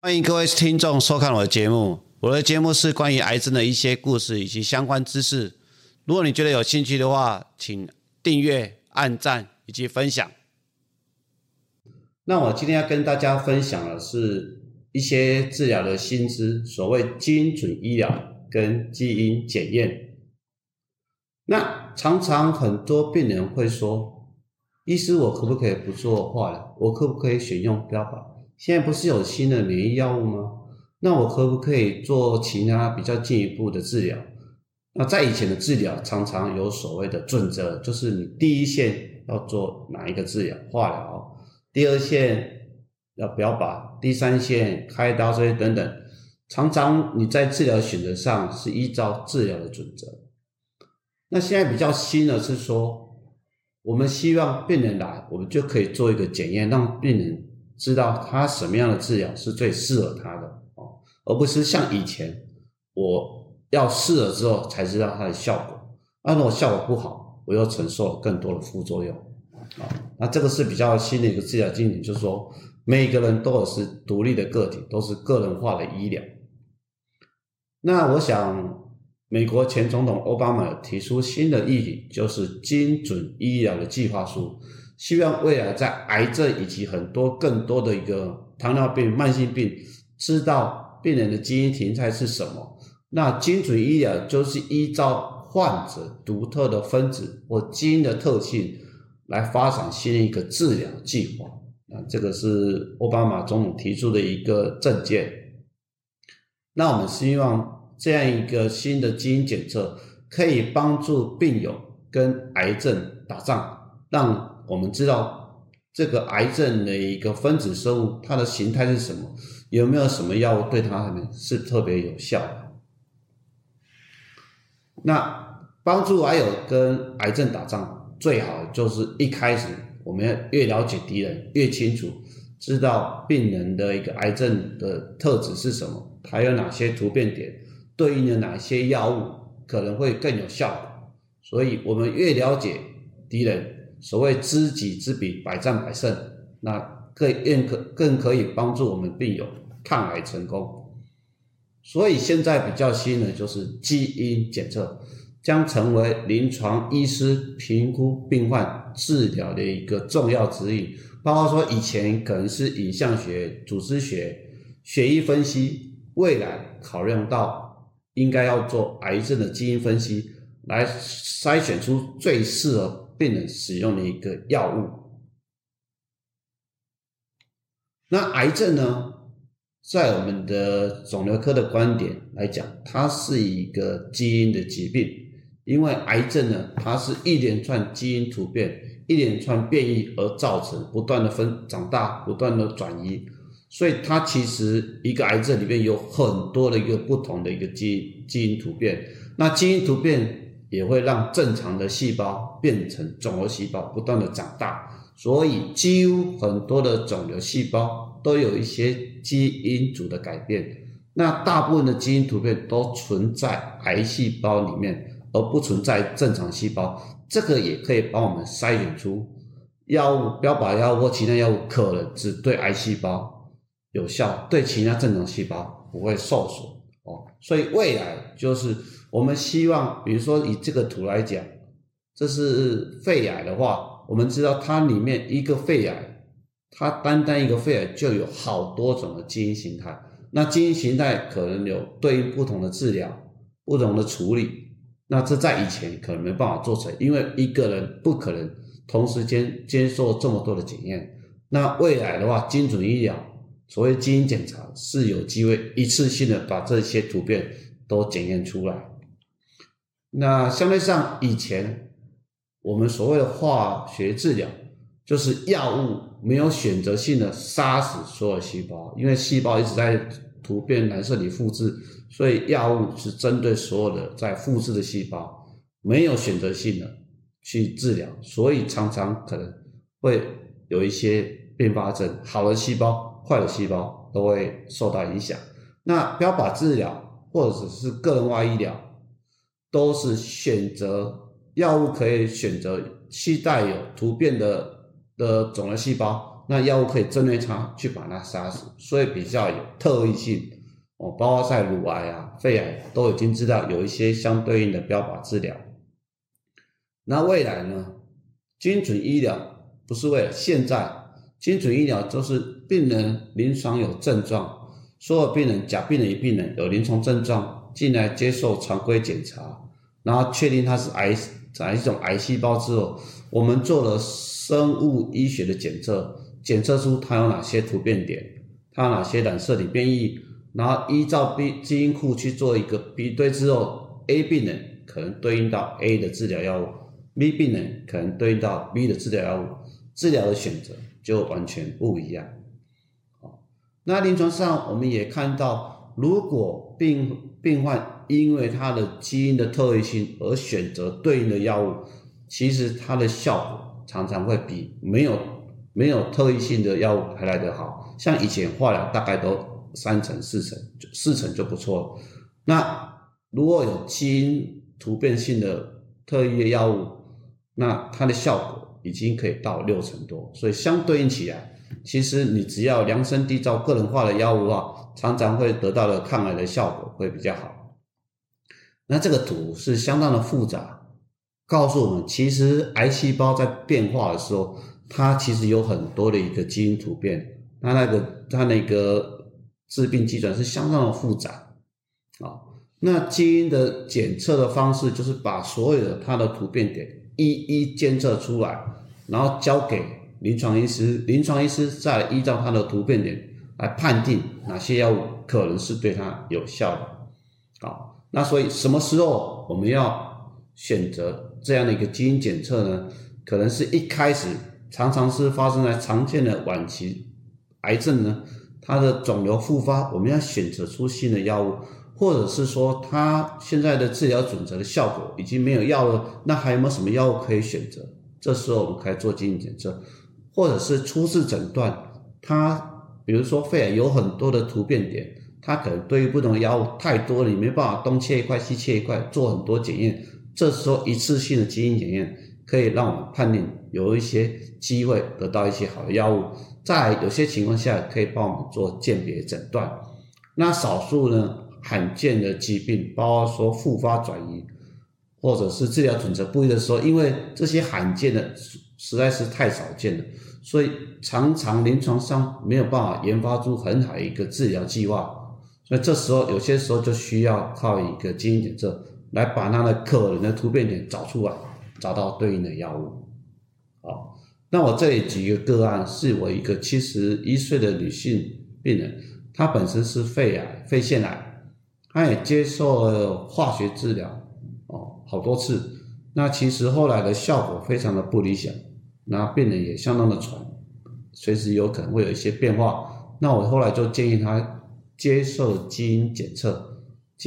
欢迎各位听众收看我的节目。我的节目是关于癌症的一些故事以及相关知识。如果你觉得有兴趣的话，请订阅、按赞以及分享。那我今天要跟大家分享的是一些治疗的新知，所谓基因准医疗跟基因检验。那常常很多病人会说，医师我可不可以不做化疗？我可不可以选用标靶？现在不是有新的免疫药物吗？那我可不可以做其他比较进一步的治疗？那在以前的治疗常常有所谓的准则，就是你第一线要做哪一个治疗，化疗，第二线要标靶，第三线开刀这些等等。常常你在治疗选择上是依照治疗的准则。那现在比较新的是说，我们希望病人来，我们就可以做一个检验，让病人知道他什么样的治疗是最适合他的，而不是像以前我要试了之后才知道它的效果，如果效果不好，我又承受更多的副作用。那这个是比较新的一个治疗经典，就是说每个人都是独立的个体，都是个人化的医疗。那我想美国前总统奥巴马有提出新的议题，就是精准医疗的计划书，希望未来在癌症以及很多更多的一个糖尿病、慢性病，知道病人的基因形态是什么。那精准医疗就是依照患者独特的分子或基因的特性来发展新的一个治疗计划。那这个是奥巴马总统提出的一个政见。那我们希望这样一个新的基因检测可以帮助病友跟癌症打仗，让我们知道这个癌症的一个分子生物它的形态是什么，有没有什么药物对它们是特别有效的。那帮助癌友跟癌症打仗，最好就是一开始我们要越了解敌人越清楚，知道病人的一个癌症的特质是什么，它有哪些突变点，对应的哪些药物可能会更有效果。所以我们越了解敌人，所谓知己知彼，百战百胜，那更可以帮助我们病友抗癌成功。所以现在比较新的就是基因检测，将成为临床医师评估病患治疗的一个重要指引。包括说以前可能是影像学、组织学、血液分析，未来考量到应该要做癌症的基因分析，来筛选出最适合病人使用的一个药物。那癌症呢，在我们的肿瘤科的观点来讲，它是一个基因的疾病，因为癌症呢，它是一连串基因突变、一连串变异而造成不断的长大、不断的转移，所以它其实一个癌症里面有很多的一个不同的一个基因突变。那基因突变也会让正常的细胞变成肿瘤细胞，不断的长大，所以几乎很多的肿瘤细胞都有一些基因组的改变。那大部分的基因突变都存在癌细胞里面，而不存在正常细胞。这个也可以帮我们筛选出药物、标靶药物或其他药物可能只对癌细胞有效，对其他正常细胞不会受损。所以未来就是我们希望，比如说以这个图来讲，这是肺癌的话，我们知道它里面一个肺癌，它单单一个肺癌就有好多种的基因形态，那基因形态可能有对应不同的治疗、不同的处理。那这在以前可能没办法做成，因为一个人不可能同时间接受这么多的检验。那未来的话，精准医疗所谓基因检查是有机会一次性的把这些突变都检验出来。那相对上以前我们所谓的化学治疗，就是药物没有选择性的杀死所有细胞，因为细胞一直在突变染色体复制，所以药物是针对所有的在复制的细胞，没有选择性的去治疗，所以常常可能会有一些并发症，好的细胞、坏的细胞都会受到影响。那标靶治疗或者是个人化医疗，都是选择药物可以选择带有突变的肿瘤细胞， 那药物可以针对它去把它杀死，所以比较有特异性包括在乳癌啊、肺癌都已经知道有一些相对应的标靶治疗。那未来呢，精准医疗不是为了现在，精准医疗就是病人临床有症状，所有病人假病人与病人有临床症状进来接受常规检查，然后确定他是哪一种癌细胞之后，我们做了生物医学的检测，检测出它有哪些突变点，它有哪些染色体变异，然后依照基因库去做一个比对之后， A 病人可能对应到 A 的治疗药物， B 病人可能对应到 B 的治疗药物，治疗的选择就完全不一样。那临床上我们也看到，如果病患因为他的基因的特异性而选择对应的药物，其实它的效果常常会比没有特异性的药物还来得好。像以前化疗大概都3成4成，4成就不错了。那如果有基因突变性的特异的药物，那它的效果已经可以到6成多，所以相对应起来，其实你只要量身缔造个人化的药物的话，常常会得到的抗癌的效果会比较好。那这个图是相当的复杂，告诉我们其实癌细胞在变化的时候，它其实有很多的一个基因突变，它那个致病机转是相当的复杂那基因的检测的方式就是把所有的它的突变点一一监测出来，然后交给临床医师，临床医师再依照它的突变点来判定哪些药物可能是对它有效的。那所以什么时候我们要选择这样的一个基因检测呢？可能是一开始常常是发生在常见的晚期癌症呢，它的肿瘤复发，我们要选择出新的药物，或者是说它现在的治疗准则的效果已经没有药了，那还有没有什么药物可以选择？这时候我们可以做基因检测，或者是初次诊断，它比如说肺癌有很多的突变点，它可能对于不同的药物太多了，你没办法东切一块西切一块做很多检验，这时候一次性的基因检验可以让我们判定有一些机会得到一些好的药物，在有些情况下可以帮我们做鉴别诊断。那少数呢罕见的疾病，包括说复发转移或者是治疗准则不一的时候，因为这些罕见的实在是太少见了，所以常常临床上没有办法研发出很好的一个治疗计划，所以这时候有些时候就需要靠一个基因检测来把它的可能的突变点找出来，找到对应的药物。那我这里举一个个案，是我一个71岁的女性病人，她本身是肺腺癌，她也接受了化学治疗好多次，那其实后来的效果非常的不理想，那病人也相当的喘，随时有可能会有一些变化。那我后来就建议她接受基因检测，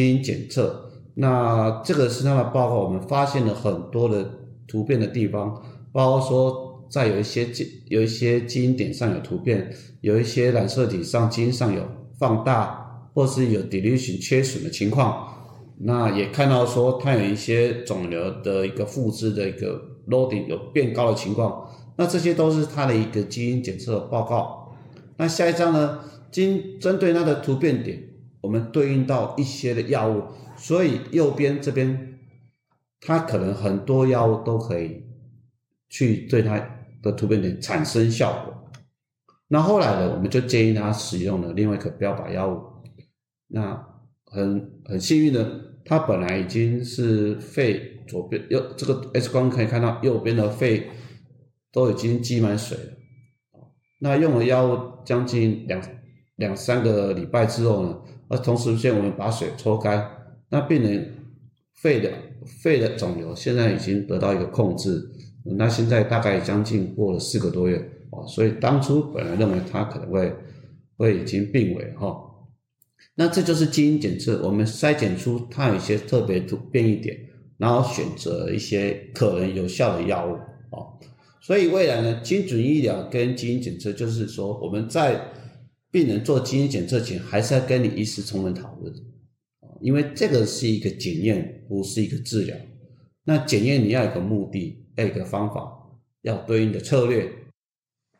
那这个是他的报告，我们发现了很多的突变的地方，包括说在有一些基因点上有突变，有一些染色体上基因上有放大，或是有 deletion 缺损的情况。那也看到说它有一些肿瘤的一个复制的一个 loading 有变高的情况，那这些都是它的一个基因检测报告。那下一章呢，针对它的突变点，我们对应到一些的药物，所以右边这边它可能很多药物都可以去对它的突变点产生效果。那后来呢，我们就建议他使用了另外一个标靶药物。那很幸运的，他本来已经是肺左边这个 X 光可以看到右边的肺都已经积满水了。那用了药物将近两三个礼拜之后呢，同时间我们把水抽干，那病人肺的肿瘤现在已经得到一个控制，那现在大概将近过了4个多月所以当初本来认为他可能会已经病危那这就是基因检测，我们筛检出它有一些特别变异点，然后选择一些可能有效的药物所以未来呢，精准医疗跟基因检测就是说，我们在病人做基因检测前，还是要跟你医师充分讨论，因为这个是一个检验，不是一个治疗。那检验你要有个目的，要有一个方法，要有对应的策略。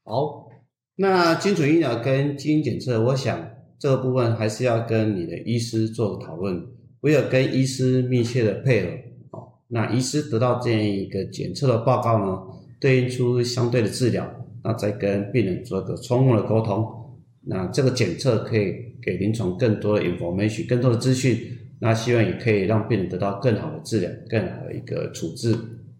好，那精准医疗跟基因检测，我想这个部分还是要跟你的医师做讨论，唯有跟医师密切的配合，那医师得到这样一个检测的报告呢，对应出相对的治疗，那再跟病人做一个充分的沟通，那这个检测可以给临床更多的 information， 更多的资讯，那希望也可以让病人得到更好的治疗，更好的一个处置。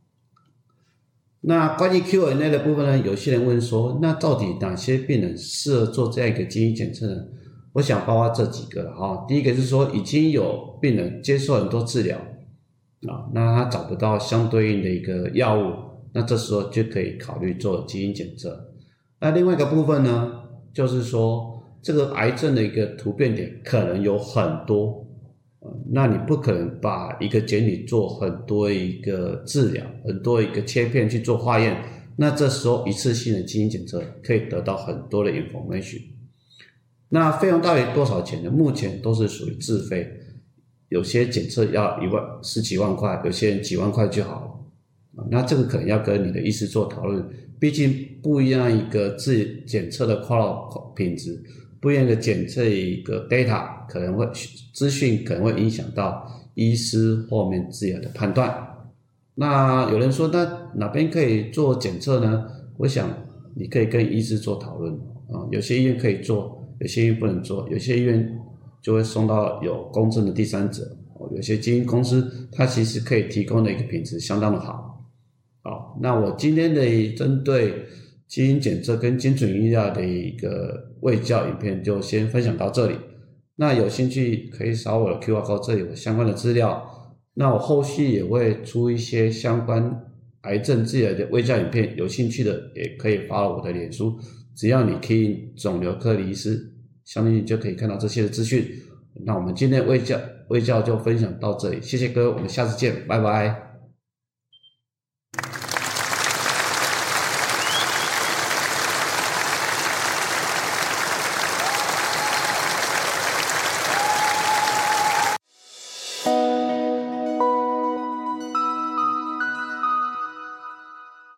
那关于 Q&A 的部分呢，有些人问说，那到底哪些病人适合做这样一个基因检测呢？我想包括这几个第一个是说已经有病人接受很多治疗那他找不到相对应的一个药物，那这时候就可以考虑做基因检测。那另外一个部分呢，就是说这个癌症的一个突变点可能有很多那你不可能把一个检体做很多一个治疗，很多一个切片去做化验，那这时候一次性的基因检测可以得到很多的 information。 那费用到底多少钱呢？目前都是属于自费，有些检测要10几万块，有些人几万块就好了那这个可能要跟你的医师做讨论，毕竟不一样一个检测的 quality 品质，不一样的检测一个 data 可能会资讯可能会影响到医师后面治疗的判断。那有人说那哪边可以做检测呢？我想你可以跟医师做讨论有些医院可以做，有些医院不能做，有些医院就会送到有公正的第三者有些基因公司它其实可以提供的一个品质相当的好。那我今天的针对基因检测跟精准医疗的一个卫教影片就先分享到这里，那有兴趣可以扫我的 QR code， 这里有相关的资料，那我后续也会出一些相关癌症治疗的卫教影片，有兴趣的也可以follow我的脸书，只要你 key in 肿瘤科医师，相信就可以看到这些的资讯。那我们今天的卫教就分享到这里，谢谢各位，我们下次见，拜拜。